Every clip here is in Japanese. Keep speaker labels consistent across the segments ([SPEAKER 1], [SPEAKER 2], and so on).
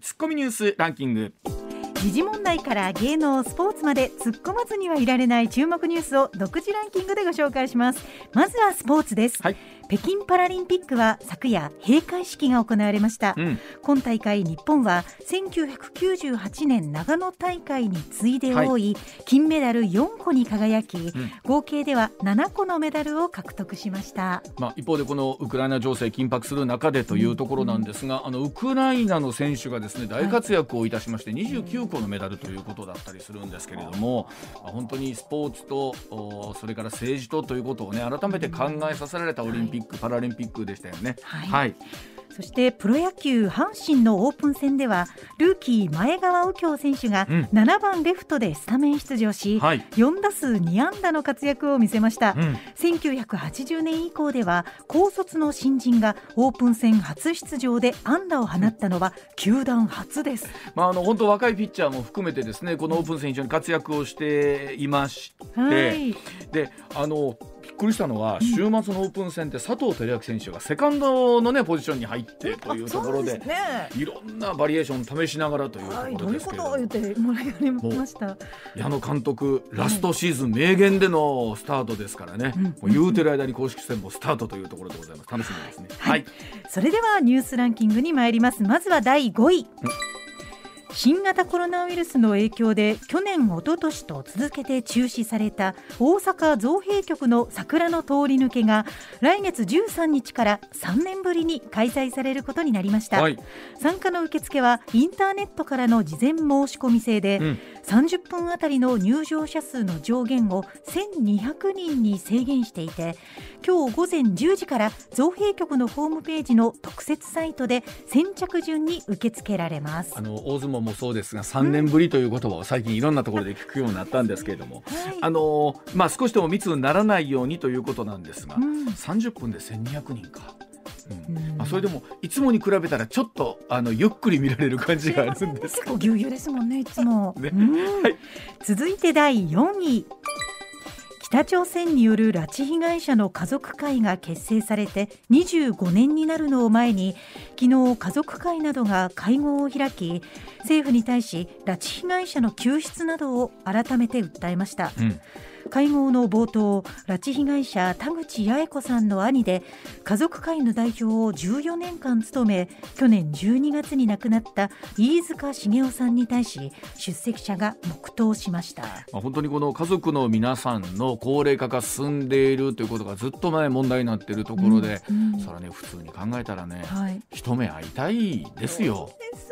[SPEAKER 1] ツッコミニュースランキング。
[SPEAKER 2] 時事問題から芸能スポーツまで突っ込まずにはいられない注目ニュースを独自ランキングでご紹介します。まずはスポーツです、北京パラリンピックは昨夜閉会式が行われました、今大会日本は1998年長野大会に次いで多い金メダル4個に輝き、合計では7個のメダルを獲得しました。
[SPEAKER 1] 一方でこのウクライナ情勢緊迫する中でというところなんですが、ウクライナの選手がですね大活躍をいたしまして29個のメダルということだったりするんですけれども、本当にスポーツとそれから政治とということをね改めて考えさせられたオリンピック、パラリンピックでしたよね。
[SPEAKER 2] そしてプロ野球阪神のオープン戦ではルーキー前川右京選手が7番レフトでスタメン出場し、4打数2安打の活躍を見せました、1980年以降では高卒の新人がオープン戦初出場で安打を放ったのは球団初です。
[SPEAKER 1] 本当若いピッチャーも含めてですねこのオープン戦非常に活躍をしていまして、でびっくりしたのは週末のオープン戦って佐藤輝明選手がセカンドの、ね、ポジションに入ってというところで、いろんなバリエーションを試しながらというところですけれども、
[SPEAKER 2] どういうことを言ってもらいました。
[SPEAKER 1] 矢野監督ラストシーズン名言でのスタートですからね、もう言うてる間に公式戦もスタートというところでございます。楽しみですね。
[SPEAKER 2] それではニュースランキングに参ります。まずは第5位、新型コロナウイルスの影響で去年一昨年と続けて中止された大阪造幣局の桜の通り抜けが来月13日から3年ぶりに開催されることになりました、参加の受付はインターネットからの事前申し込み制で、30分あたりの入場者数の上限を1200人に制限していて、今日午前10時から造幣局のホームページの特設サイトで先着順に受け付けられます。
[SPEAKER 1] 大相撲もそうですが3年ぶりという言葉を最近いろんなところで聞くようになったんですけれども、少しでも密にならないようにということなんですが、30分で1200人か、それでもいつもに比べたらちょっとゆっくり見られる感じがあるんです。
[SPEAKER 2] 結構ぎゅうぎゅうですもんねいつも、続いて第4位、北朝鮮による拉致被害者の家族会が結成されて25年になるのを前に、昨日家族会などが会合を開き、政府に対し拉致被害者の救出などを改めて訴えました、会合の冒頭、拉致被害者田口八重子さんの兄で家族会の代表を14年間務め、去年12月に亡くなった飯塚繁雄さんに対し出席者が黙祷しました。
[SPEAKER 1] 本当にこの家族の皆さんの高齢化が進んでいるということがずっと前問題になっているところで、それはね普通に考えたらね、一目会いたいですよ。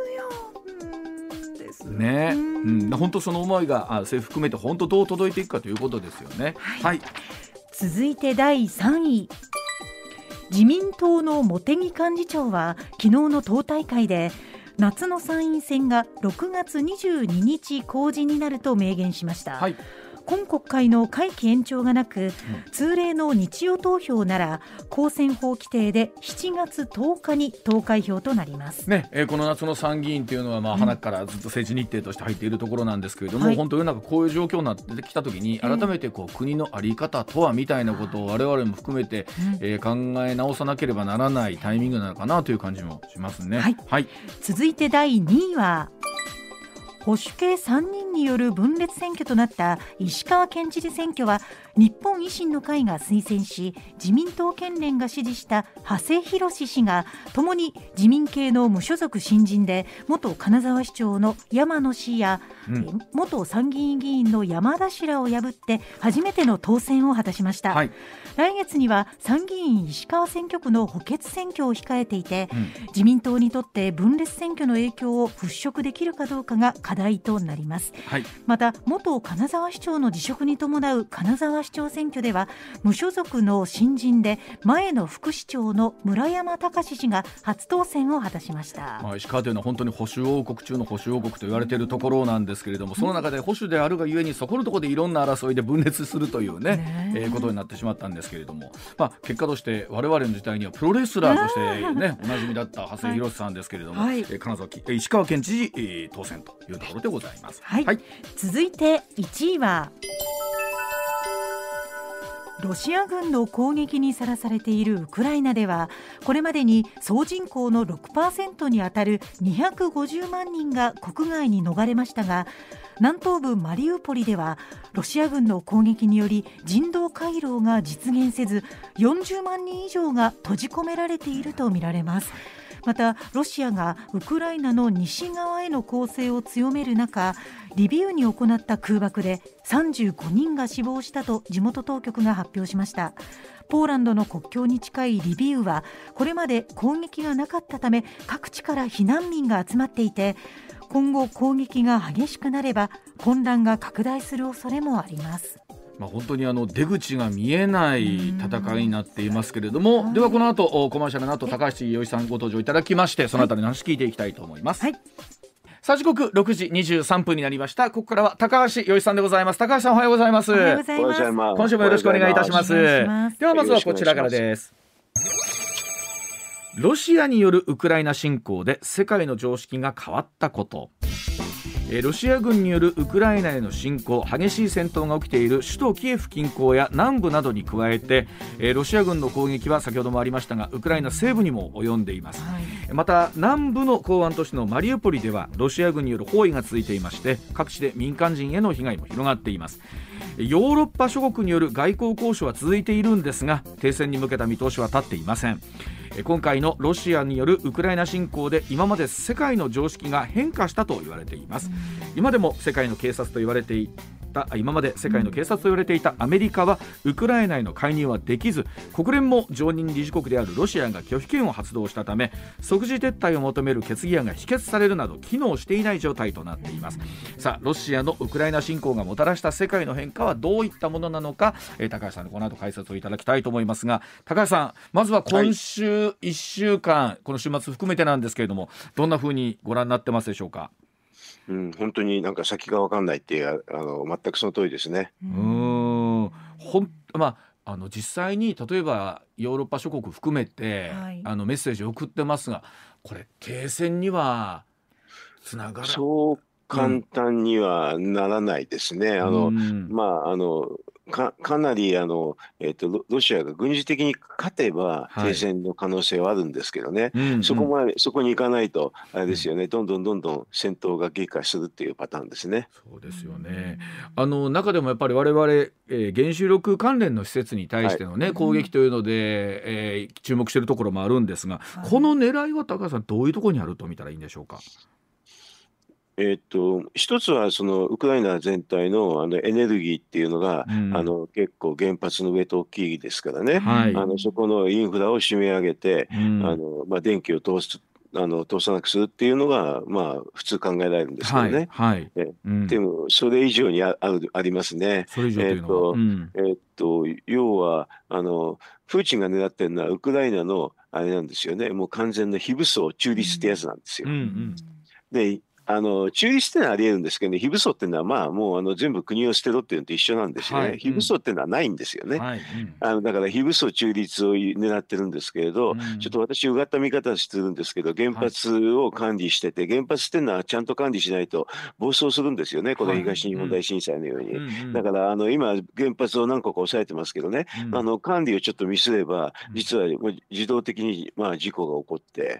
[SPEAKER 1] 本当その思いが政府含めて本当どう届いていくかということですよね。
[SPEAKER 2] 続いて第3位、自民党の茂木幹事長は昨日の党大会で夏の参院選が6月22日公示になると明言しました、今国会の会期延長がなく、通例の日曜投票なら公選法規定で7月10日に投開票となります、
[SPEAKER 1] この夏の参議院というのは花からずっと政治日程として入っているところなんですけれども、本当世の中こういう状況になってきたときに改めて国の在り方とはみたいなことを我々も含めて、考え直さなければならないタイミングなのかなという感じもしますね。
[SPEAKER 2] 続いて第2位は保守系3人による分裂選挙となった石川県知事選挙は日本維新の会が推薦し、自民党県連が支持した長谷博氏がともに自民系の無所属新人で、元金沢市長の山野氏や、元参議院議員の山田氏らを破って初めての当選を果たしました、来月には参議院石川選挙区の補欠選挙を控えていて、自民党にとって分裂選挙の影響を払拭できるかどうかが課題となります、また元金沢市長の辞職に伴う金沢市長選挙では無所属の新人で前の副市長の村山隆氏が初当選を果たしました、
[SPEAKER 1] 石川というのは本当に保守王国中の保守王国と言われているところなんですけれども、その中で保守であるがゆえにそこのところでいろんな争いで分裂するということになってしまったんですけれども、結果として我々の時代にはプロレスラーとして、おなじみだった長谷博さんですけれども、石川県知事、当選というところでございます、
[SPEAKER 2] 続いて1位はロシア軍の攻撃にさらされているウクライナでは、これまでに総人口の 6% にあたる250万人が国外に逃れましたが、南東部マリウポリではロシア軍の攻撃により人道回廊が実現せず、40万人以上が閉じ込められているとみられます。またロシアがウクライナの西側への攻勢を強める中、リビウに行った空爆で35人が死亡したと地元当局が発表しました。ポーランドの国境に近いリビウはこれまで攻撃がなかったため各地から避難民が集まっていて、今後攻撃が激しくなれば混乱が拡大する恐れもあります。
[SPEAKER 1] 本当に出口が見えない戦いになっていますけれども、ではこの後コマーシャルの後、高橋洋一さんご登場いただきまして、そのあたりの話聞いていきたいと思います。さあ時刻6時23分になりました。ここからは高橋洋一さんでございます。高橋さん、おはようございます。
[SPEAKER 2] おはようございます。
[SPEAKER 1] 今週もよろしくお願いいたします。ではまずはこちらからです。ロシアによるウクライナ侵攻で世界の常識が変わったこと。ロシア軍によるウクライナへの侵攻、激しい戦闘が起きている首都キエフ近郊や南部などに加えて、ロシア軍の攻撃は先ほどもありましたがウクライナ西部にも及んでいます。また南部の港湾都市のマリウポリではロシア軍による包囲が続いていまして、各地で民間人への被害も広がっています。ヨーロッパ諸国による外交交渉は続いているんですが、停戦に向けた見通しは立っていません。今回のロシアによるウクライナ侵攻で今まで世界の常識が変化したと言われています。今まで世界の警察と言われていたアメリカはウクライナへの介入はできず、国連も常任理事国であるロシアが拒否権を発動したため即時撤退を求める決議案が否決されるなど機能していない状態となっています。さあロシアのウクライナ侵攻がもたらした世界の変化はどういったものなのか、高橋さんにこの後解説をいただきたいと思いますが、高橋さん、まずは今週1週間、この週末含めてなんですけれども、どんな風にご覧になってますでしょうか。
[SPEAKER 3] 本当になんか先が分かんないっていう全くその通りですね。
[SPEAKER 1] 実際に例えばヨーロッパ諸国含めて、メッセージを送ってますが、これ停戦にはつながら
[SPEAKER 3] そう簡単にはならないですね。かなりロシアが軍事的に勝てば停戦の可能性はあるんですけどね、そこに行かないとあれですよね、どんどん戦闘が激化するっていうパターンですね。
[SPEAKER 1] そうですよね。中でもやっぱり我々、原子力関連の施設に対しての、攻撃というので、注目しているところもあるんですが、この狙いは高橋さん、どういうところにあると見たらいいんでしょうか。
[SPEAKER 3] 一つはそのウクライナ全体のエネルギーっていうのが、結構原発の上と大きいですからね、そこのインフラを締め上げて、電気を通さなくするっていうのが、普通考えられるんですけどね。でもそれ以上にありますね。
[SPEAKER 1] それ以上というのは、
[SPEAKER 3] 要はプーチンが狙ってるのはウクライナのあれなんですよね。もう完全な非武装中立ってやつなんですよ。で中立ってのはあり得るんですけどね、非武装っていうのはもう全部国を捨てろっていうのと一緒なんですよね。非武装っていうのはないんですよね。だから非武装中立を狙ってるんですけれど、ちょっと私うがった見方してるんですけど、原発を管理してて、原発っていうのはちゃんと管理しないと暴走するんですよね、この東日本大震災のように。だから今原発を何個か抑えてますけどね、管理をちょっとミスれば実はもう自動的に事故が起こって、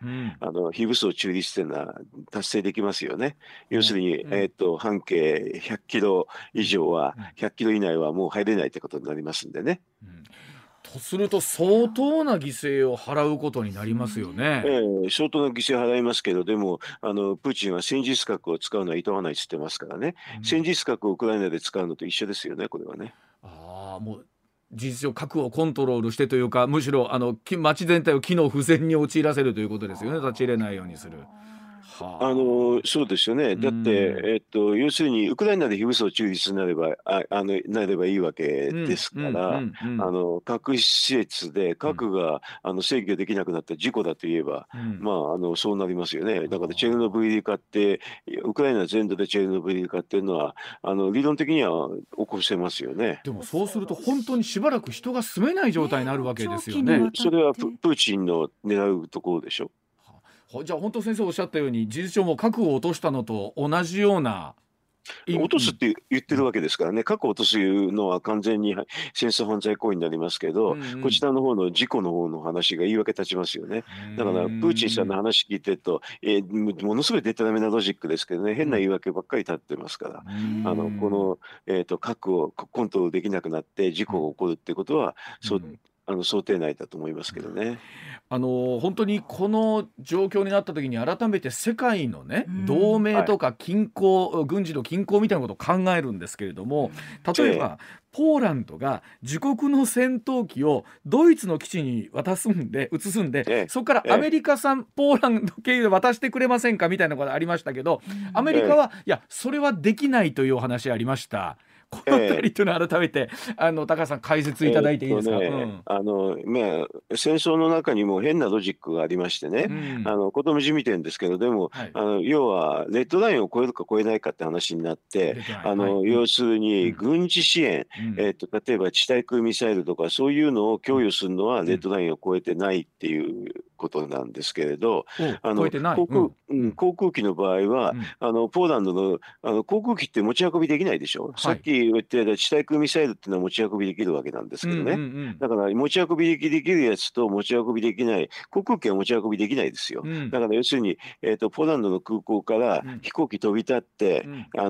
[SPEAKER 3] 非武装中立っていうのは達成できますよね。要するに、半径100キロ以上は、100キロ以内はもう入れないってことになりますんでね。
[SPEAKER 1] とすると相当な犠牲を払うことになりますよね。
[SPEAKER 3] 相当な犠牲を払いますけど、でもプーチンは戦術核を使うのは厭わないって言ってますからね、戦術核をウクライナで使うのと一緒ですよね、これはね。
[SPEAKER 1] もう事実上核をコントロールしてというか、むしろ街全体を機能不全に陥らせるということですよね。立ち入れないようにする。
[SPEAKER 3] そうですよね。だって、要するにウクライナで非武装中立になればいいわけですから、核施設で核が制御できなくなった事故だといえば、そうなりますよね。だからチェルノブイリ化って、ウクライナ全土でチェルノブイリ化っていうのは理論的には起こせますよね。
[SPEAKER 1] でもそうすると本当にしばらく人が住めない状態になるわけですよね。
[SPEAKER 3] それはプーチンの狙うところでしょ。
[SPEAKER 1] じゃあ本当先生おっしゃったように、事実上も核を落としたのと同じような
[SPEAKER 3] 落とすって言ってるわけですからね、核を落とすのは完全に戦争犯罪行為になりますけど、こちらの方の事故の方の話が言い訳立ちますよね。だからプーチンさんの話聞いてると、ものすごいデタラメなロジックですけどね、変な言い訳ばっかり立ってますから、この、核をコントロールできなくなって事故が起こるってことは、想定内だと思いますけどね。
[SPEAKER 1] 本当にこの状況になった時に改めて世界のね、同盟とか均衡、軍事の均衡みたいなことを考えるんですけれども、例えば、ポーランドが自国の戦闘機をドイツの基地に移すんで、そこからアメリカ産ポーランド経由で渡してくれませんかみたいなことがありましたけど、アメリカは、いやそれはできないというお話ありました。この辺りというのは改めて高橋さん解説いただいていいですか。
[SPEAKER 3] 戦争の中にも変なロジックがありましてね、子供じみてるんですけど、でも、要はレッドラインを越えるか越えないかって話になって、要するに軍事支援、例えば地対空ミサイルとかそういうのを供与するのはレッドラインを越えてないっていうことなんですけれど、航空機の場合は、ポーランドの航空機って持ち運びできないでしょ。さっき言ってた地対空ミサイルっていうのは持ち運びできるわけなんですけどね。だから持ち運びできるやつと持ち運びできない、航空機は持ち運びできないですよ。だから要するに、ポーランドの空港から飛行機飛び立って、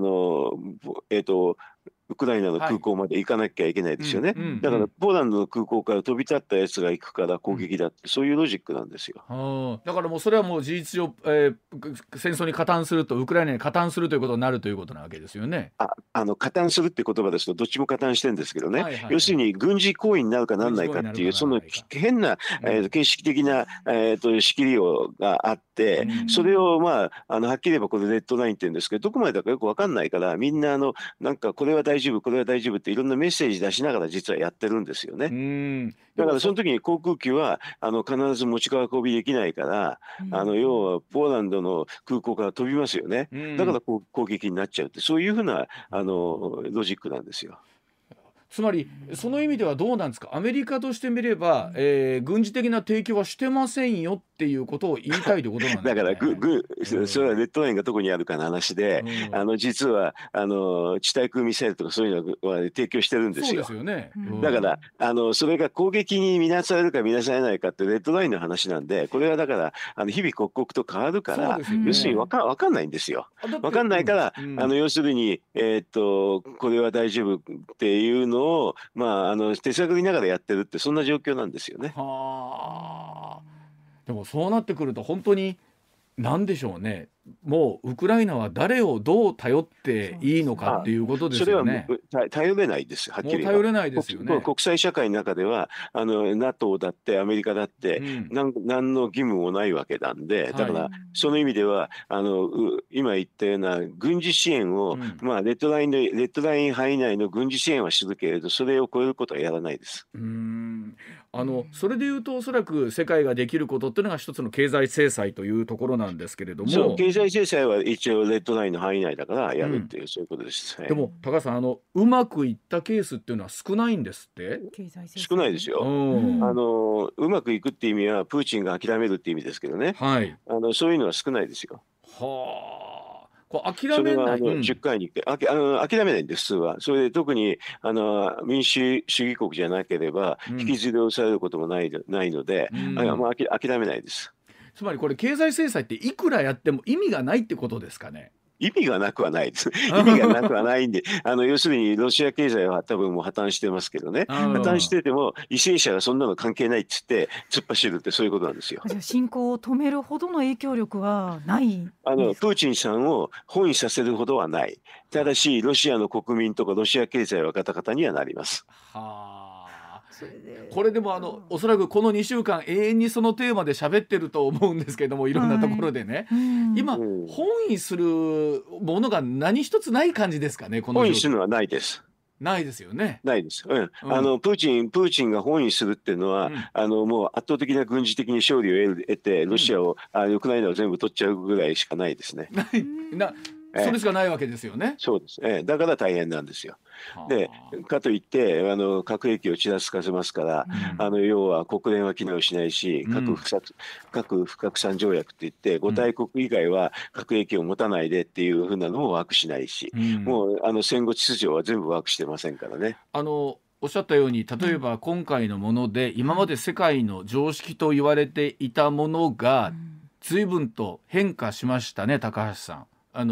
[SPEAKER 3] ウクライナの空港まで行かなきゃいけないですよね。だからポーランドの空港から飛び立ったやつが行くから攻撃だって、そういうロジックなんですよ。
[SPEAKER 1] だからもうそれはもう事実上、戦争に加担すると、ウクライナに加担するということになるということなわけですよね。
[SPEAKER 3] 加担するって言葉ですとどっちも加担してるんですけどね、要するに軍事行為になるかならないかっていう、その変な、形式的な、仕切りがあって、それをはっきり言えばこれレッドラインって言うんですけど、どこまでだかよく分かんないから、みんななんかこれは大丈夫これは大丈夫っていろんなメッセージ出しながら実はやってるんですよね。だからその時に航空機は必ず持ち運びできないから、要はポーランドの空港から飛びますよね。だから攻撃になっちゃうって、そういうふうなロジックなんですよ。
[SPEAKER 1] つまりその意味ではどうなんですか。アメリカとしてみれば、軍事的な提供はしてませんよっていうことを言いたいということなんですね。
[SPEAKER 3] だからそれはレッドラインがどこにあるかの話で、実は地対空ミサイルとかそういうのは提供してるんですよ。
[SPEAKER 1] そうですよね。
[SPEAKER 3] だからそれが攻撃に見なされるか見なされないかってレッドラインの話なんで、これはだから日々刻々と変わるから、要するに分かんないんですよ。分かんないから、要するにこれは大丈夫っていうのを手探りながらやってるって、そんな状況なんですよね。
[SPEAKER 1] でもそうなってくると本当に何でしょうね。もうウクライナは誰をどう頼っていいのかっていうことですよね。
[SPEAKER 3] それは頼れないです。はっきり言えば
[SPEAKER 1] もう頼れないですよね。
[SPEAKER 3] 国際社会の中ではNATO だってアメリカだって、何の義務もないわけなんで、だからその意味では今言ったような軍事支援を、レッドライン範囲内の軍事支援はするけれど、それを超えることはやらないです。
[SPEAKER 1] それでいうとおそらく世界ができることっていうのが一つの経済制裁というところなんですけれども、
[SPEAKER 3] 経済制裁は一応レッドラインの範囲内だからやるっていう、そういうことです。
[SPEAKER 1] でも高橋さん、うまくいったケースっていうのは少ないんですって。
[SPEAKER 3] 少ないですよ。うまくいくって意味はプーチンが諦めるって意味ですけどね、そういうのは少ないですよ。
[SPEAKER 1] 諦めない。
[SPEAKER 3] それは10回に1回諦めないんです、普通は。それで特に民主主義国じゃなければ引きずり押されることもないので、諦めないです。
[SPEAKER 1] つまりこれ経済制裁っていくらやっても意味がないってことですかね。
[SPEAKER 3] 意味がなくはないです。意味がなくはないんで、要するにロシア経済は多分もう破綻してますけどね。破綻してても為政者がそんなの関係ないっつって突っ走るって、そういうことなんですよ。
[SPEAKER 2] じゃあ侵攻を止めるほどの影響力はない
[SPEAKER 3] プーチンさんを翻意させるほどはない。ただしロシアの国民とかロシア経済はガタガタにはなります。
[SPEAKER 1] これでもおそらくこの2週間永遠にそのテーマで喋ってると思うんですけれども、いろんなところでね、今翻意するものが何一つない感じですかね。この
[SPEAKER 3] 翻意するのはないです。
[SPEAKER 1] ないですよね。
[SPEAKER 3] ないです。プーチンが翻意するっていうのは、もう圧倒的な軍事的に勝利を得てロシアを、ウクライナを全部取っちゃうぐらいしかないですね。
[SPEAKER 1] それしかないわけですよね。
[SPEAKER 3] そうです。だから大変なんですよ。で、かといって核兵器をちらつかせますから、要は国連は機能しないし、核不拡散条約っていって5大国以外は核兵器を持たないでっていうふうなのもワークしないし、もう戦後秩序は全部ワークしてませんからね。
[SPEAKER 1] おっしゃったように、例えば今回のもので今まで世界の常識と言われていたものが随分と変化しましたね、高橋さん。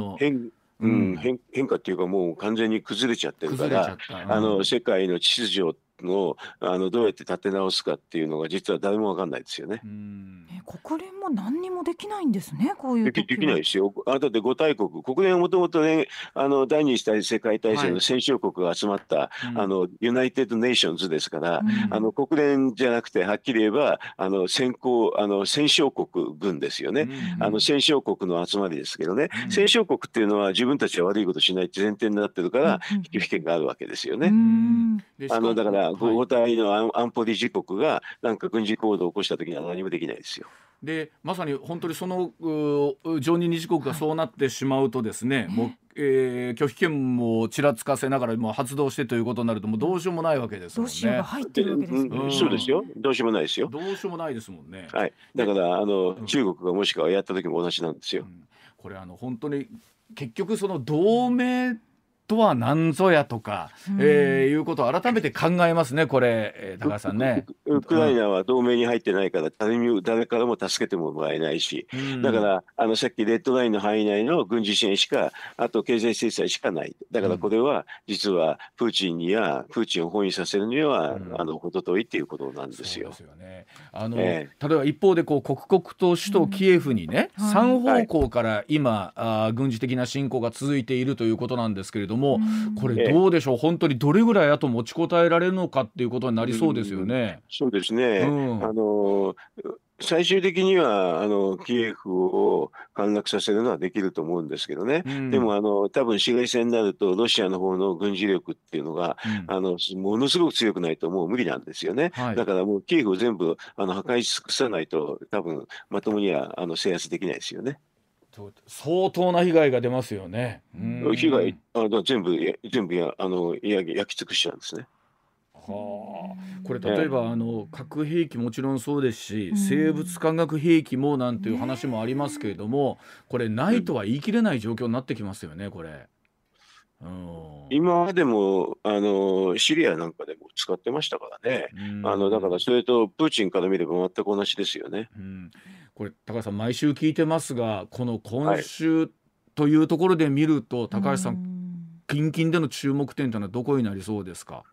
[SPEAKER 3] 変化っていうかもう完全に崩れちゃってるから、世界の秩序をどうやって立て直すかっていうのが実は誰も分かんないですよね。
[SPEAKER 2] 国連も何にもできないんですね、こういう時は。
[SPEAKER 3] できないですよ。だって5大国、国連はもともとね、第二次世界大戦の戦勝国が集まった、ユナイテッド・ネーションズですから、国連じゃなくてはっきり言えば戦勝国軍ですよね。戦勝国の集まりですけどね、戦勝国っていうのは自分たちは悪いことしないって前提になってるから拒否権があるわけですよね。だから5体の安保理事国がなんか軍事行動を起こした時には何もできないですよ。
[SPEAKER 1] でまさに本当にその常任理事国がそうなってしまうとですね、もう拒否権もちらつかせながらもう発動してということになるともうどうしようもないわけですもんね。
[SPEAKER 2] どうしようが入ってるわけですよね。
[SPEAKER 3] そうですよ。どうしようもないですよ。
[SPEAKER 1] どうしようもないですもんね。
[SPEAKER 3] はい。だから中国がもしくはやった時も同じなんですよ。
[SPEAKER 1] これ本当に結局その同盟とは何ぞやとか、いうことを改めて考えますね、これ、高橋さんね。
[SPEAKER 3] ウクライナは同盟に入ってないから誰からも助けてもらえないし、だからさっきレッドラインの範囲内の軍事支援しか、あと経済制裁しかない。だからこれは実はプーチンを包囲させるには程遠いっていうことなんですよ。
[SPEAKER 1] そうですよね。例えば一方で刻々と首都キエフにね、3方向から今、軍事的な侵攻が続いているということなんですけれども、これどうでしょう、本当にどれぐらいあと持ちこたえられるのかっていうことになりそうですよね。
[SPEAKER 3] そうですね。最終的にはキエフを陥落させるのはできると思うんですけどね。でも多分市街戦になるとロシアの方の軍事力っていうのが、ものすごく強くないともう無理なんですよね。だからもうキエフを全部破壊し尽くさないと多分まともには制圧できないですよね。
[SPEAKER 1] 相当な被害が出ますよね。
[SPEAKER 3] 被害全部焼き尽くしちゃうんですね。
[SPEAKER 1] これ例えば核兵器もちろんそうですし、生物化学兵器もなんていう話もありますけれども、これないとは言い切れない状況になってきますよね、これ。
[SPEAKER 3] 今までもシリアなんかでも使ってましたからね。だからそれとプーチンから見れば全く同じですよね。
[SPEAKER 1] これ高橋さん毎週聞いてますが、この今週というところで見ると、高橋さん近々での注目点というのはどこになりそうですか？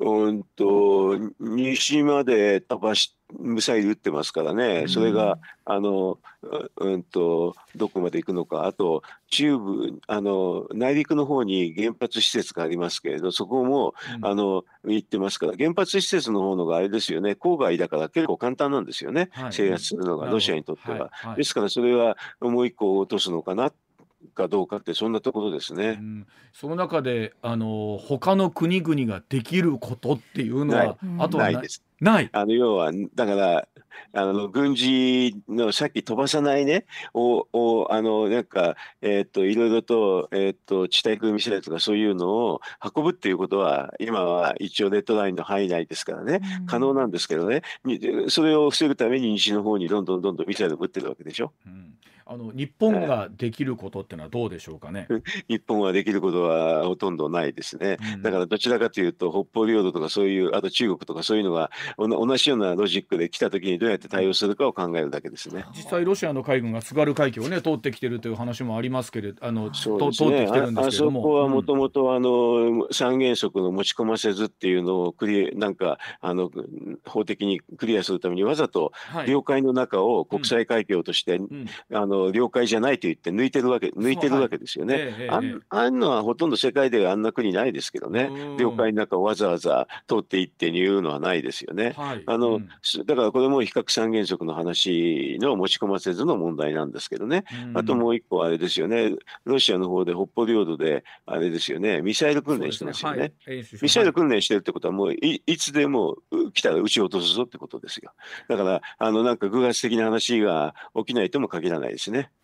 [SPEAKER 3] 西までミサイル撃ってますからね。それがどこまで行くのか。あと中部内陸の方に原発施設がありますけれど、そこも行ってますから、原発施設の方のがあれですよね、郊外だから結構簡単なんですよね、制圧するのがロシアにとっては。ですからそれはもう一個落とすのかなかどうかって、そんなところですね。
[SPEAKER 1] その中で他の国々ができることっていうのはあとは
[SPEAKER 3] ないです。
[SPEAKER 1] ない。
[SPEAKER 3] 要はだから軍事のさっき飛ばさないねなんかいろいろと地対空ミサイルとかそういうのを運ぶっていうことは今は一応レッドラインの範囲内ですからね、可能なんですけどね、それを防ぐために西の方にどんどんミサイルを撃ってるわけでしょ。
[SPEAKER 1] 日本ができることってのはどうでしょうかね。
[SPEAKER 3] 日本はできることはほとんどないですね。だからどちらかというと北方領土とかそういう、あと中国とかそういうのが同じようなロジックで来た時にどうやって対応するかを考えるだけですね。
[SPEAKER 1] 実際ロシアの海軍が津軽海峡をね通ってきてるという話もありますけれど、
[SPEAKER 3] そうですね、
[SPEAKER 1] 通ってきてるんですけれども、
[SPEAKER 3] あそこはもともと三原則の持ち込ませずっていうのをなんか法的にクリアするためにわざと領海の中を国際海峡として、領海じゃないと言って抜いてるわけですよね。あんのはほとんど世界ではあんな国ないですけどね、領海の中をわざわざ通っていっていうのはないですよね。だからこれも非核三原則の話の持ち込ませずの問題なんですけどね。あともう一個あれですよね、ロシアの方で北方領土であれですよね、ミサイル訓練してますよね。ミサイル訓練してるってことはもういつでも来たら撃ち落とすぞってことですよ。だからなんか偶発的な話が起きないとも限らないですね。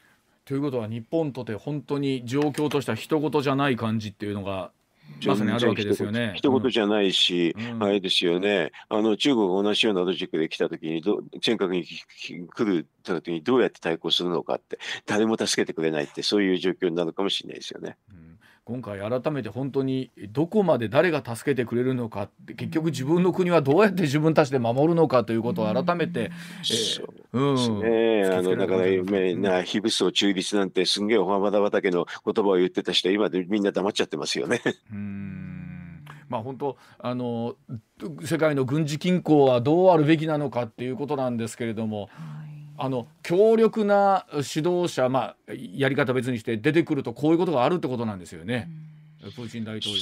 [SPEAKER 1] ということは日本とて本当に状況としては人事じゃない感じっていうのがまさにあるわけですよね。
[SPEAKER 3] 一言じゃないし、あれですよね。中国が同じようなロジックで来たときに、尖閣に来る時にどうやって対抗するのかって、誰も助けてくれないって、そういう状況になるかもしれないですよね。
[SPEAKER 1] 今回改めて本当にどこまで誰が助けてくれるのかって、結局自分の国はどうやって自分たちで守るのかということを改めて、
[SPEAKER 3] そうですね。だから非武装中立なんてすんげえお浜田畑の言葉を言ってた人、今でみんな黙っちゃってますよね。
[SPEAKER 1] まあ本当世界の軍事均衡はどうあるべきなのかっていうことなんですけれども、強力な指導者、やり方別にして出てくるとこういうことがあるってことなんですよね。プーチン大統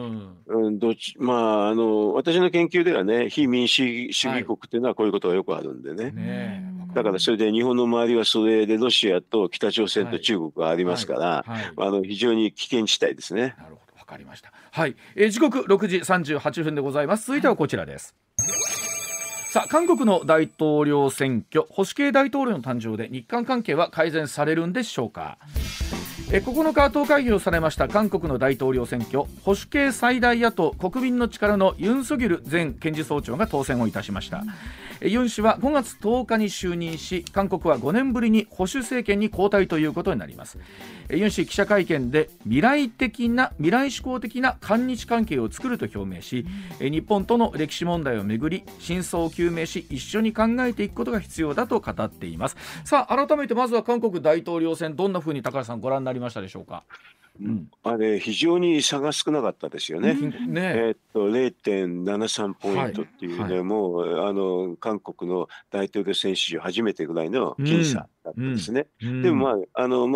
[SPEAKER 3] 領、私の研究ではね、非民主主義国っていうのはこういうことがよくあるんでね。だからそれで日本の周りはそれでロシアと北朝鮮と中国がありますから、非常に危険地帯ですね。
[SPEAKER 1] なるほど、わかりました。はい、時刻6時38分でございます。続いてはこちらです。さあ、韓国の大統領選挙、保守系大統領の誕生で日韓関係は改善されるんでしょうか。9日投開票されました韓国の大統領選挙、保守系最大野党国民の力のユン・ソギョル前検事総長が当選をいたしました。ユン氏は5月10日に就任し、韓国は5年ぶりに保守政権に交代ということになります。ユン氏、記者会見で未来志向的な韓日関係を作ると表明し、日本との歴史問題をめぐり真相を究明し、一緒に考えていくことが必要だと語っています。さあ、改めてまずは韓国大統領選、どんなふうに高橋さんご覧になりましたでしょうか。
[SPEAKER 3] あれ非常に差が少なかったですよね。0.73 ポイントっていうね、もう韓国の大統領選史上初めてぐらいの僅差だったんですね。でも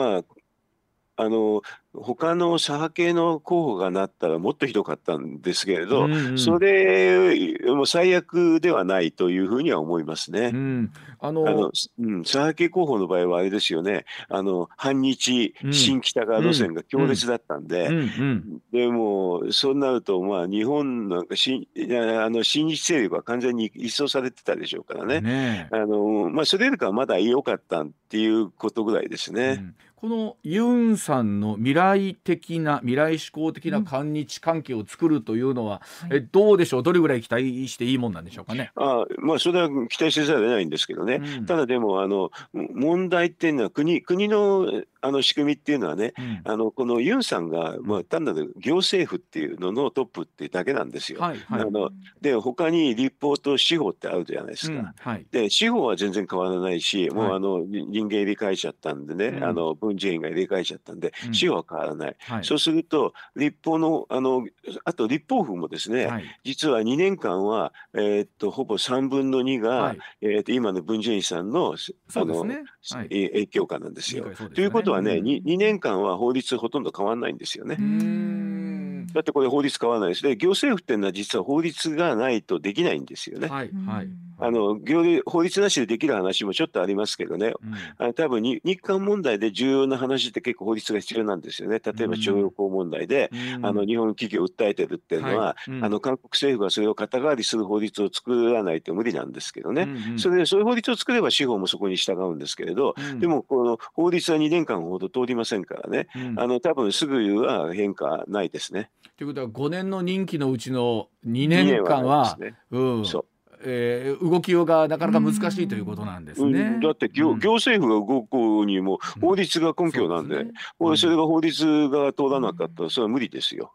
[SPEAKER 3] 他の左派系の候補がなったらもっとひどかったんですけれど、それも最悪ではないというふうには思いますね。左派系候補の場合はあれですよね、反日新北側路線が強烈だったんで、でもそうなると日本なんか親日勢力は完全に一掃されてたでしょうからね。それよりかはまだ良かったっていうことぐらいですね。
[SPEAKER 1] このユンさんの未来志向的な韓日関係を作るというのは、どうでしょう、どれぐらい期待していいもんなんでしょうかね。
[SPEAKER 3] それは期待せざるを得ないんですけどね。ただでも問題っていうのは国の仕組みっていうのはね、このユンさんが単なる行政府っていうののトップっていうだけなんですよ。で他に立法と司法ってあるじゃないですか。で司法は全然変わらないし、もう人間入れ替えちゃったんでね、文在寅が入れ替えちゃったんで司法は変わらない。そうすると立法のあと立法府もですね、実は2年間はほぼ3分の2が今の文在寅さんの影響下なんですよ。ということはね、2年間は法律ほとんど変わらないんですよね。だってこれ法律変わらないです。で、行政府っていうのは実は法律がないとできないんですよね。法律なしでできる話もちょっとありますけどね、多分日韓問題で重要な話って結構法律が必要なんですよね。例えば徴用工問題で日本企業を訴えてるっていうのは、韓国政府がそれを肩代わりする法律を作らないと無理なんですけどね。そういう法律を作れば司法もそこに従うんですけれど、でもこの法律は2年間ほど通りませんからね、多分すぐは変化ないですね。
[SPEAKER 1] ということは5年の任期のうちの2年間は動きようがなかなか難しいということなんですね。
[SPEAKER 3] だって行政府が動くにも法律が根拠なんで、それが法律が通らなかったらそれは無理ですよ。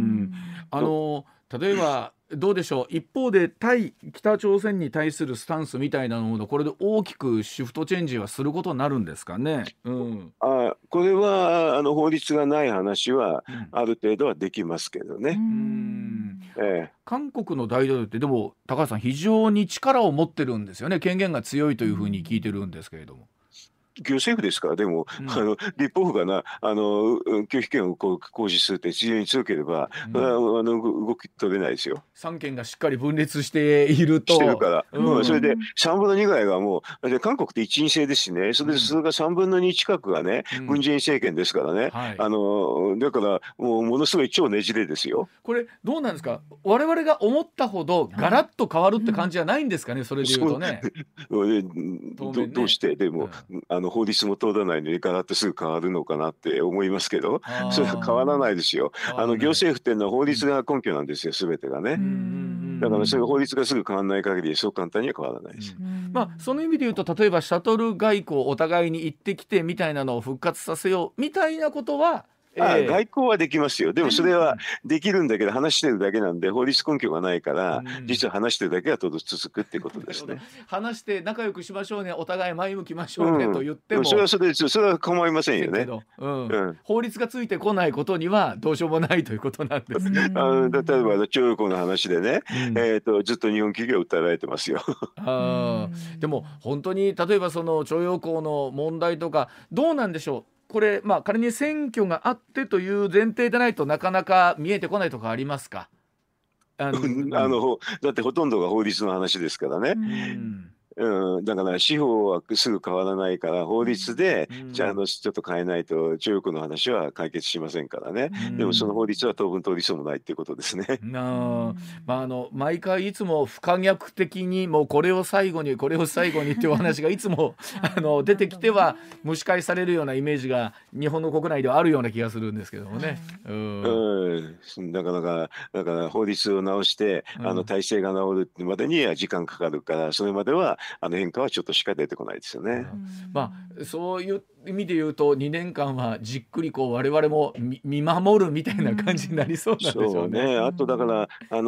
[SPEAKER 1] 例えばどうでしょう、一方で対北朝鮮に対するスタンスみたいなもの、これで大きくシフトチェンジはすることになるんですかね。
[SPEAKER 3] これは法律がない話はある程度はできますけどね。
[SPEAKER 1] 韓国の大統領ってでも高橋さん非常に力を持ってるんですよね。権限が強いというふうに聞いてるんですけれども。
[SPEAKER 3] 行政府ですから。でも、立法府が拒否権を行使するって非常に強ければ、動き取れないですよ。
[SPEAKER 1] 三権がしっかり分裂していると。
[SPEAKER 3] してるから、それで3分の2ぐらいがもう、韓国って一院制ですしね、それが3分の2近くがね、文在寅政権ですからね、だからものすごい超ねじれですよ。
[SPEAKER 1] これどうなんですか、我々が思ったほどガラッと変わるって感じじゃないんですかね、それでいうとね。
[SPEAKER 3] どうしてでも法律も通らないのにガラッとすぐ変わるのかなって思いますけど、それは変わらないですよ。行政府っていうのは法律が根拠なんですよ、全てがね。だからそういう法律がすぐ変わらない限りそう簡単には変わらないです。
[SPEAKER 1] その意味で言うと、例えばシャトル外交お互いに行ってきてみたいなのを復活させようみたいなことは、
[SPEAKER 3] 外交はできますよ。でもそれはできるんだけど話してるだけなんで法律根拠がないから、実は話してるだけが続くっていうことですね。
[SPEAKER 1] 話して仲良くしましょうね、お互い前向きましょうねと言っても、
[SPEAKER 3] それは構いませんよね。
[SPEAKER 1] 法律がついてこないことにはどうしようもないということなんですね。
[SPEAKER 3] 例えば徴用工の話でね、ずっと日本企業訴えられてますよ。
[SPEAKER 1] でも本当に例えばその徴用工の問題とかどうなんでしょう。これ仮に選挙があってという前提でないとなかなか見えてこないとかありますか？
[SPEAKER 3] だってほとんどが法律の話ですからね。だから司法はすぐ変わらないから法律でちょっと変えないと徴用工の話は解決しませんからね。でもその法律は当分通りそうもないっていうことですね。
[SPEAKER 1] 毎回いつも不可逆的にもうこれを最後にっていうお話がいつも出てきては蒸し返されるようなイメージが日本の国内ではあるような気がするんですけどもね。
[SPEAKER 3] だから法律を直して体制が治るまでには時間かかるから、それまでは変化はちょっとしか出てこないですよね。
[SPEAKER 1] そういう意味で言うと2年間はじっくり我々も見守るみたいな感じになりそうなんでしょうね。
[SPEAKER 3] そうね。あとだから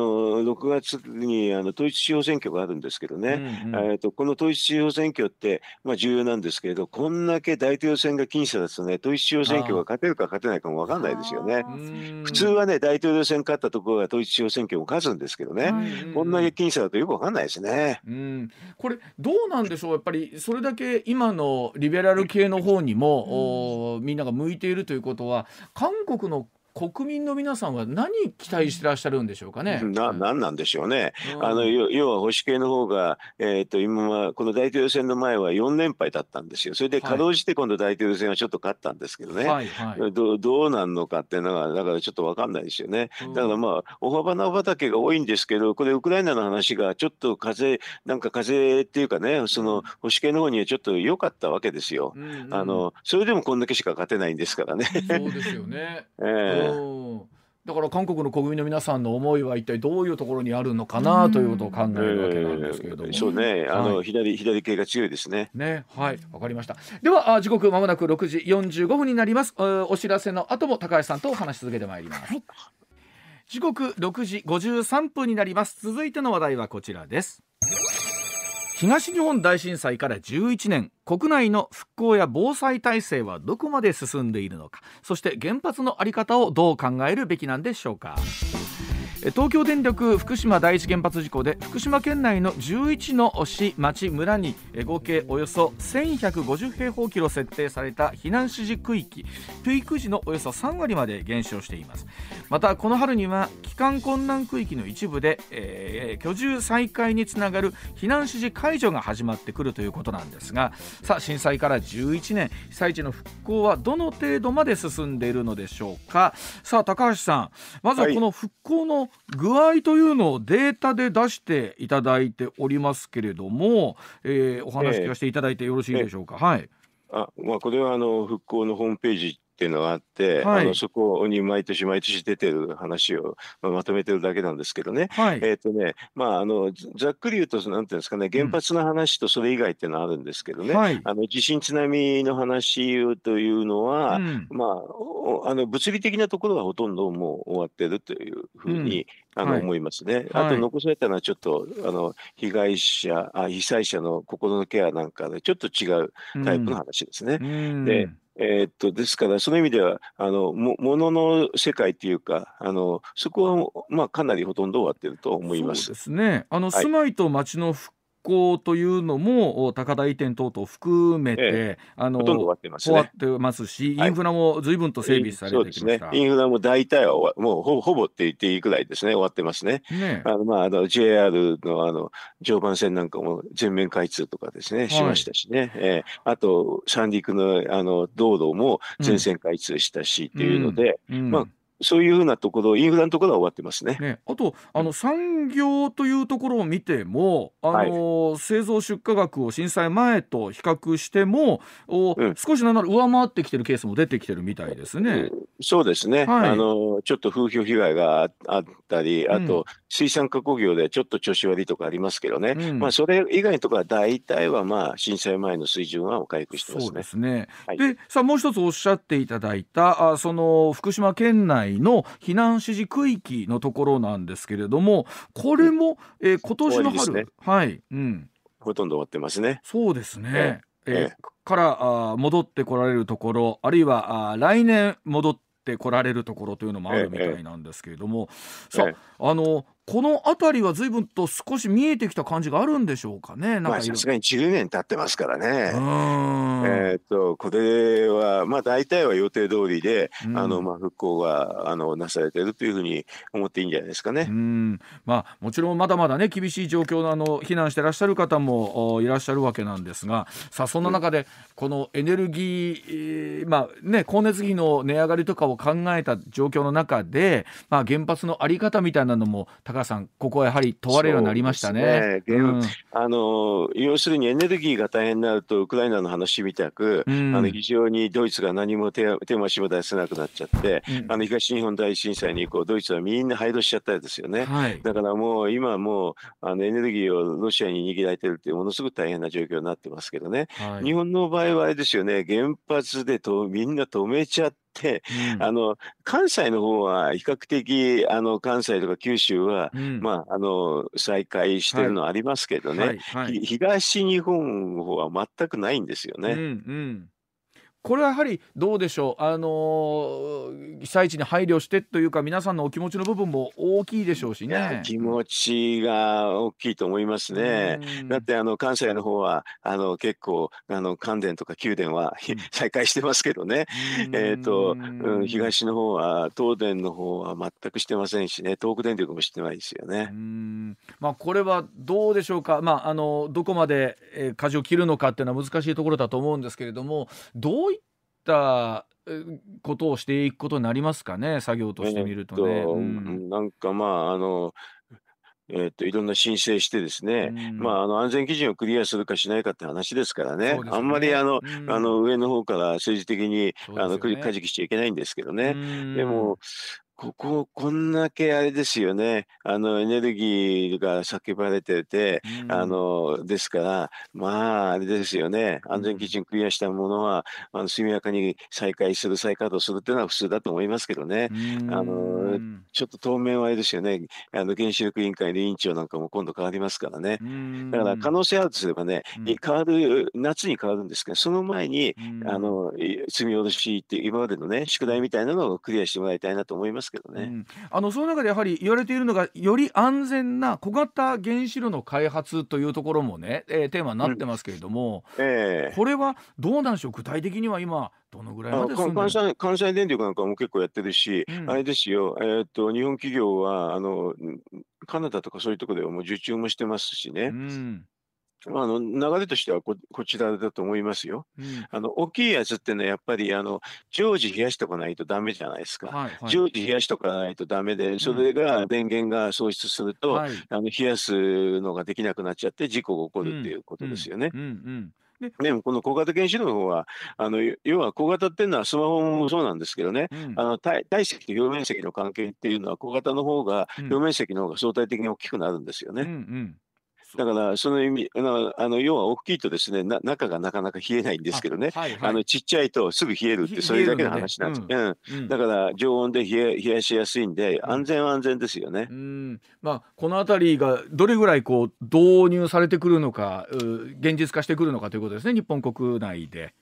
[SPEAKER 3] 6月に統一地方選挙があるんですけどね、この統一地方選挙って重要なんですけれど、こんだけ大統領選が僅差だとね、統一地方選挙が勝てるか勝てないかも分かんないですよね。普通はね、大統領選勝ったところが統一地方選挙も勝つんですけどね、こんだけ僅差だとよく分かんないですね。
[SPEAKER 1] これどうなんでしょう。やっぱりそれだけ今のリベラル系の方にもみんなが向いているということは、韓国の国民の皆さんは何期待してらっしゃるんでしょうかね。
[SPEAKER 3] なんなんでしょうね。要は保守系の方が、今はこの大統領選の前は4連敗だったんですよ。それでかろうじて今度大統領選はちょっと勝ったんですけどね、どうなんのかっていうのがだからちょっと分かんないですよね。だからお花畑が多いんですけど、これウクライナの話がちょっと風っていうかね、その保守系の方にはちょっと良かったわけですよ。それでもこんだけしか勝てないんですからね。
[SPEAKER 1] そうですよね。だから韓国の国民の皆さんの思いは一体どういうところにあるのかなということを考えるわけなんですけれども、
[SPEAKER 3] そうね、左系が強いですね。
[SPEAKER 1] はい、わかりました。では時刻まもなく6時45分になります。お知らせの後も高橋さんとお話し続けてまいります。時刻6時53分になります。続いての話題はこちらです。東日本大震災から11年、国内の復興や防災体制はどこまで進んでいるのか、そして原発の在り方をどう考えるべきなんでしょうか。東京電力福島第一原発事故で福島県内の11の市町村に合計およそ1150平方キロ設定された避難指示区域、ピーク時のおよそ3割まで減少しています。またこの春には帰還困難区域の一部で、居住再開につながる避難指示解除が始まってくるということなんですが、さあ震災から11年、被災地の復興はどの程度まで進んでいるのでしょうか。さあ高橋さん、まずはこの復興の具合というのをデータで出していただいておりますけれども、お話聞かせていただいてよろしいでしょうか。
[SPEAKER 3] これは復興のホームページっていうのがあって、そこに毎年出てる話をまとめてるだけなんですけどね。ざっくり言うとなんていうんですかね、原発の話とそれ以外っていうのはあるんですけどね、地震津波の話というのは、物理的なところはほとんどもう終わってるというふうに思いますね。あと残されたのはちょっと被災者の心のケアなんかでちょっと違うタイプの話ですね。ですからその意味ではものの世界っていうかそこはかなりほとんど終わっていると思います。
[SPEAKER 1] そうですね。住まいと町の復興というのも高台移転等々含めて、
[SPEAKER 3] ほとんど終わってますね。
[SPEAKER 1] 終わってますし、インフラも随分と整備されてきました。
[SPEAKER 3] そうですね。インフラも大体はもうほぼって言っていいくらいですね、終わってますね。JR の常磐線なんかも全面開通とかですね、しましたしね。あと三陸の道路も全線開通したしっていうので、 そういうふうなところ、インフラのところは終わってますね。
[SPEAKER 1] あと産業というところを見ても、製造出荷額を震災前と比較しても少しなんなら上回ってきてるケースも出てきてるみたいですね。
[SPEAKER 3] そうですね、ちょっと風評被害があったり、あと水産加工業でちょっと調子悪いとこありますけどね、それ以外のところは大体は震災前の水準は回復してますね。
[SPEAKER 1] そうですね。でさあもう一つおっしゃっていただいたその福島県内の避難指示区域のところなんですけれども、これも、今年の春、
[SPEAKER 3] ほとんど終わってますね。
[SPEAKER 1] そうですね。から戻ってこられるところ、あるいは来年戻ってこられるところというのもあるみたいなんですけれども、さあこの辺りは随分と少し見えてきた感じがあるんでしょうかね。
[SPEAKER 3] さすがに10年経ってますからね。これは大体は予定通りで、復興がなされているというふうに思っていいんじゃないですかね。
[SPEAKER 1] もちろんまだまだね厳しい状況の避難してらっしゃる方もいらっしゃるわけなんですが、さあそんな中でこのエネルギー、光熱費の値上がりとかを考えた状況の中で、原発の在り方みたいなのも高橋さん、ここはやはり問われるようになりましたね。
[SPEAKER 3] 要するにエネルギーが大変になるとウクライナの話みたく、非常にドイツが何も手回しも出せなくなっちゃって、東日本大震災に以降ドイツはみんな廃炉しちゃったんですよね。だからもう今エネルギーをロシアに握られてるっていうものすごく大変な状況になってますけどね。日本の場合はあれですよね、原発でみんな止めちゃって関西の方は比較的関西とか九州は、再開してるのありますけどね、東日本の方は全くないんですよね。
[SPEAKER 1] これはやはりどうでしょう、被災地に配慮してというか皆さんのお気持ちの部分も大きいでしょうしね。
[SPEAKER 3] 気持ちが大きいと思いますね。だって関西の方は結構関電とか九電は再開してますけどね。東の方は東電の方は全くしてませんしね、東北電力もしてないですよね。
[SPEAKER 1] これはどうでしょうか。どこまで舵を切るのかっていうのは難しいところだと思うんですけれども、どういったことをしていくことになりますかね、作業としてみるとね。
[SPEAKER 3] なんかいろんな申請してですね、安全基準をクリアするかしないかって話ですからね、あんまり上の方から政治的に舵切っちゃいけないんですけどね。でもこんだけあれですよね、エネルギーが叫ばれてて、ですからあれですよね、安全基準クリアしたものは速やかに再稼働するっていうのは普通だと思いますけどね。ちょっと当面はあれですよね、原子力委員会の委員長なんかも今度変わりますからね。だから可能性あるとすればね、夏に変わるんですけど、その前に積み下ろしって今までのね宿題みたいなのをクリアしてもらいたいなと思いますけどね。
[SPEAKER 1] その中でやはり言われているのが、より安全な小型原子炉の開発というところもね、テーマになってますけれども、これはどうなんでしょう。具体的には今どのぐらいまで進んでる？
[SPEAKER 3] 関西電力なんかも結構やってるし、あれですよ、日本企業はカナダとかそういうところではもう受注もしてますしね。流れとしてはこちらだと思いますよ。大きいやつってのはやっぱり常時冷やしとかないとダメじゃないですか。常時冷やしとかないとダメで、それが電源が喪失すると、冷やすのができなくなっちゃって事故が起こるっていうことですよね。でもこの小型原子炉の方は要は小型っていうのはスマホもそうなんですけどね、体積と表面積の関係っていうのは小型の方が表面積の方が相対的に大きくなるんですよね。だからその意味要は大きいとですね、中がなかなか冷えないんですけどね、ちっちゃいとすぐ冷えるってそれだけの話なんです。だから常温で冷やしやすいんで安全は安全ですよね。
[SPEAKER 1] このあたりがどれぐらい導入されてくるのか、現実化してくるのかということですね、日本国内で。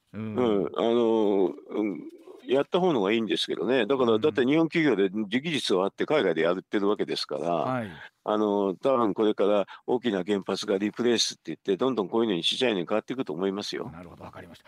[SPEAKER 3] やった方のがいいんですけどね。だって日本企業で技術はあって海外でやってるわけですから、多分これから大きな原発がリプレイスって言ってどんどんこういうのにちっちゃいのに変わっていくと思いますよ。
[SPEAKER 1] なるほど、わかりました。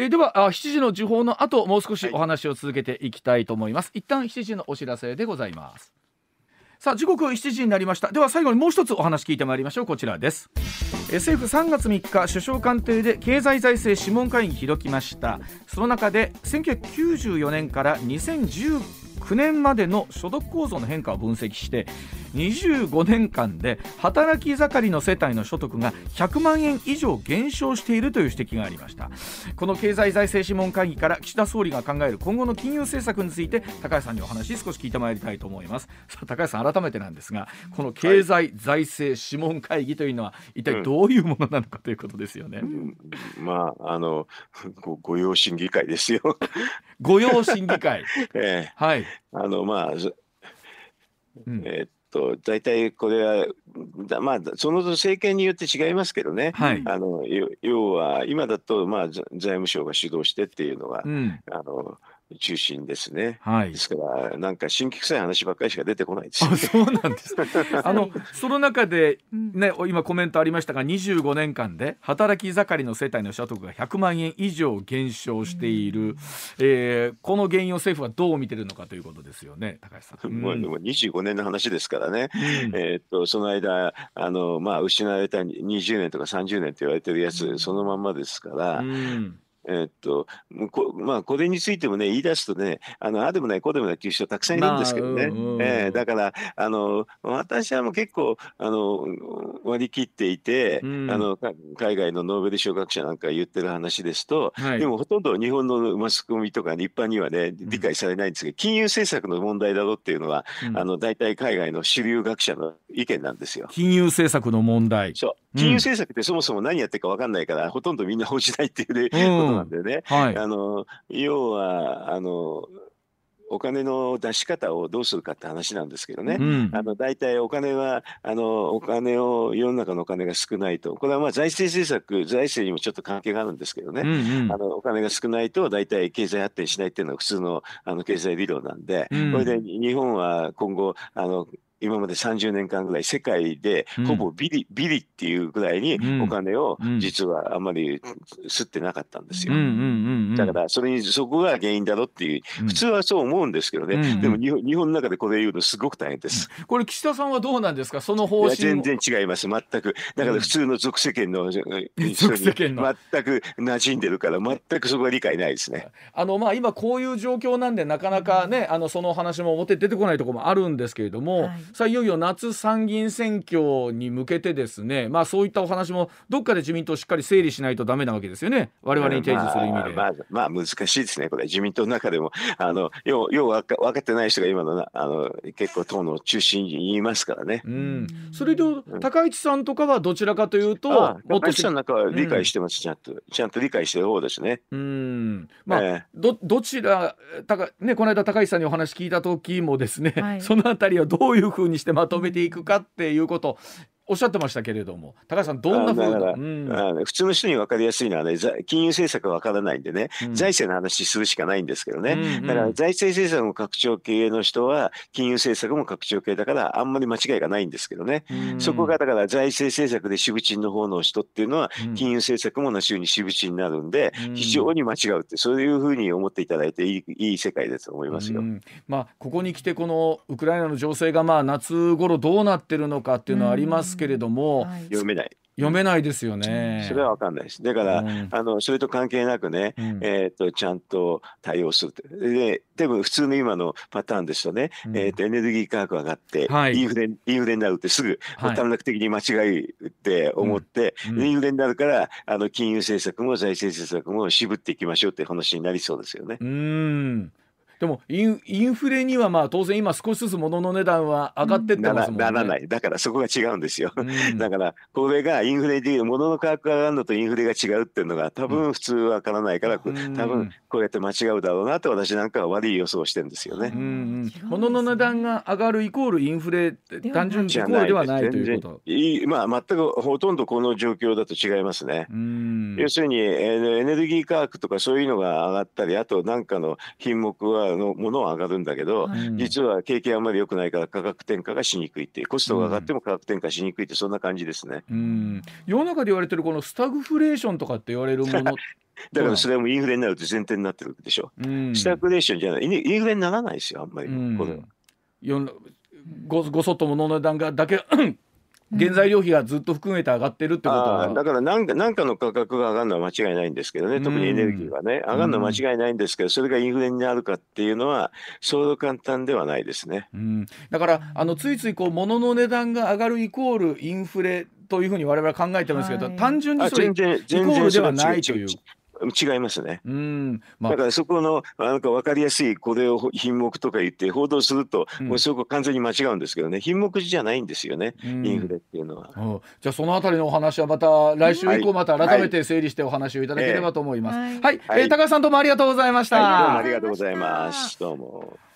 [SPEAKER 1] では7時の時報の後もう少しお話を続けていきたいと思います。一旦7時のお知らせでございます。さあ時刻7時になりました。では最後にもう一つお話聞いてまいりましょう。こちらです。政府3月3日首相官邸で経済財政諮問会議開きました。その中で1994年から2019 2009年までの所得構造の変化を分析して、25年間で働き盛りの世帯の所得が100万円以上減少しているという指摘がありました。この経済財政諮問会議から岸田総理が考える今後の金融政策について高橋さんにお話少し聞いてまいりたいと思います。さあ高橋さん、改めてなんですが、この経済財政諮問会議というのは一体どういうものなのかということですよね。
[SPEAKER 3] まあ御用審議会ですよ。
[SPEAKER 1] 御用審議会。はい。
[SPEAKER 3] まあ大体これはまあその政権によって違いますけどね、
[SPEAKER 1] はい、
[SPEAKER 3] 要は今だとまあ財務省が主導してっていうのが、中心ですね、
[SPEAKER 1] はい、
[SPEAKER 3] ですからなんか新規臭い話ばっかりしか出てこないですよね。
[SPEAKER 1] そうなんですその中で、ね、今コメントありましたが、25年間で働き盛りの世帯の所得が100万円以上減少している、この原因を政府はどう見てるのかということですよね、高橋さん。
[SPEAKER 3] もう25年の話ですからね、その間まあ、失われた20年とか30年と言われてるやつ、そのまんまですから、まあこれについてもね言い出すとね、あでもないこうでもないっていう人たくさんいるんですけどね、だから私はもう結構割り切っていて、海外のノーベル賞学者なんか言ってる話ですと、でもほとんど日本のマスコミとか一般にはね理解されないんですけど、金融政策の問題だろうっていうのは、大体海外の主流学者の意見なんですよ。
[SPEAKER 1] 金融政策の問題。
[SPEAKER 3] そう、金融政策ってそもそも何やってるか分かんないから、ほとんどみんな報じないっていうことなんでね、要はお金の出し方をどうするかって話なんですけどね、大体お金はお金を世の中のお金が少ないと、これはまあ財政政策、財政にもちょっと関係があるんですけどね、お金が少ないと大体経済発展しないっていうのが普通の経済理論なんで、これで日本は今後今まで30年間ぐらい世界でほぼビリっていうぐらいにお金を実はあんまり吸ってなかったんですよ。だからそこが原因だろっていう、普通はそう思うんですけどね、でも日本の中でこれ言うのすごく大変です。
[SPEAKER 1] これ岸田さんはどうなんですか、その方針。
[SPEAKER 3] 全然違います、全く。だから普通の俗世間の人に全く馴染んでるから、全くそこは理解ないですね。
[SPEAKER 1] まあ今こういう状況なんでなかなかね、その話も表出てこないところもあるんですけれども、さあいよいよ夏参議院選挙に向けてですね、まあそういったお話もどっかで自民党しっかり整理しないとダメなわけですよね、我々に提示する意味で。
[SPEAKER 3] まあ難しいですねこれ。自民党の中でもよう分かってない人が今の結構党の中心にいますからね。
[SPEAKER 1] それで高市さんとかはどちらかというと、
[SPEAKER 3] 高市さんなんかは理解してます、ちゃんと理解してる方ですね。
[SPEAKER 1] まあどちらね、この間高市さんにお話聞いた時もですね、そのあたりをどういうふうにしてまとめていくかっていうことおっしゃってましたけれども、高橋さんどんなふうな。
[SPEAKER 3] 普通の人に分かりやすいのはね、金融政策が分からないんでね、財政の話するしかないんですけどね、だから財政政策も拡張系の人は金融政策も拡張系だからあんまり間違いがないんですけどね、そこがだから財政政策で支部賃の方の人っていうのは金融政策も同じように支部賃になるんで、非常に間違うって、そういうふうに思っていただいていい世界だと思いますよ。
[SPEAKER 1] まあここに来てこのウクライナの情勢がまあ夏頃どうなってるのかっていうのはありますけれども、読めないですよね。
[SPEAKER 3] それは分かんないです。だから、それと関係なくね、ちゃんと対応するで、でも普通の今のパターンですとね、エネルギー価格上がって、インフレになるってすぐ短絡的に間違いって思って、インフレになるから金融政策も財政政策も渋っていきましょうって話になりそうですよね。
[SPEAKER 1] でもインフレにはまあ当然今少しずつ物の値段は上がってってますもんね。
[SPEAKER 3] ならない。だからそこが違うんですよ。だからこれがインフレで物の価格が上がるのとインフレが違うっていうのが多分普通は分からないから、多分こうやって間違うだろうなと私なんかは悪い予想をしてるんですよね。
[SPEAKER 1] 物の値段が上がるイコールインフレ単純イコールではないということ。
[SPEAKER 3] まあ全くほとんどこの状況だと違いますね。要するにエネルギー価格とかそういうのが上がったり、あと何かの品目はものは上がるんだけど、実は景気あんまり良くないから価格転嫁がしにくいっていう、コストが上がっても価格転嫁しにくいって、そんな感じですね。
[SPEAKER 1] 世の中で言われてるこのスタグフレーションとかって言われるもの
[SPEAKER 3] だからそれもインフレになるって前提になってるでしょ。スタグフレーションじゃない、インフレにならないですよあんまり。これは
[SPEAKER 1] ごそっと物の値段がだけ原材料費がずっと含めて上がってるってことは、
[SPEAKER 3] だからなんかの価格が上がるのは間違いないんですけどね、特にエネルギーがね、上がるのは間違いないんですけど、それがインフレになるかっていうのは、そう簡単ではないですね。
[SPEAKER 1] だからついついこう物の値段が上がるイコールインフレというふうに我々は考えてますけど、単純にそれイコールではないという。
[SPEAKER 3] 違いますね。だからそこのなんか分かりやすいこれを品目とか言って報道すると、もうそこ完全に間違うんですけどね、品目じゃないんですよね、インフレっていうのは。
[SPEAKER 1] じゃあそのあたりのお話はまた来週以降また改めて整理してお話をいただければと思います。高橋さんどうもありがとうございました。
[SPEAKER 3] どうもありがとうございます。どうも。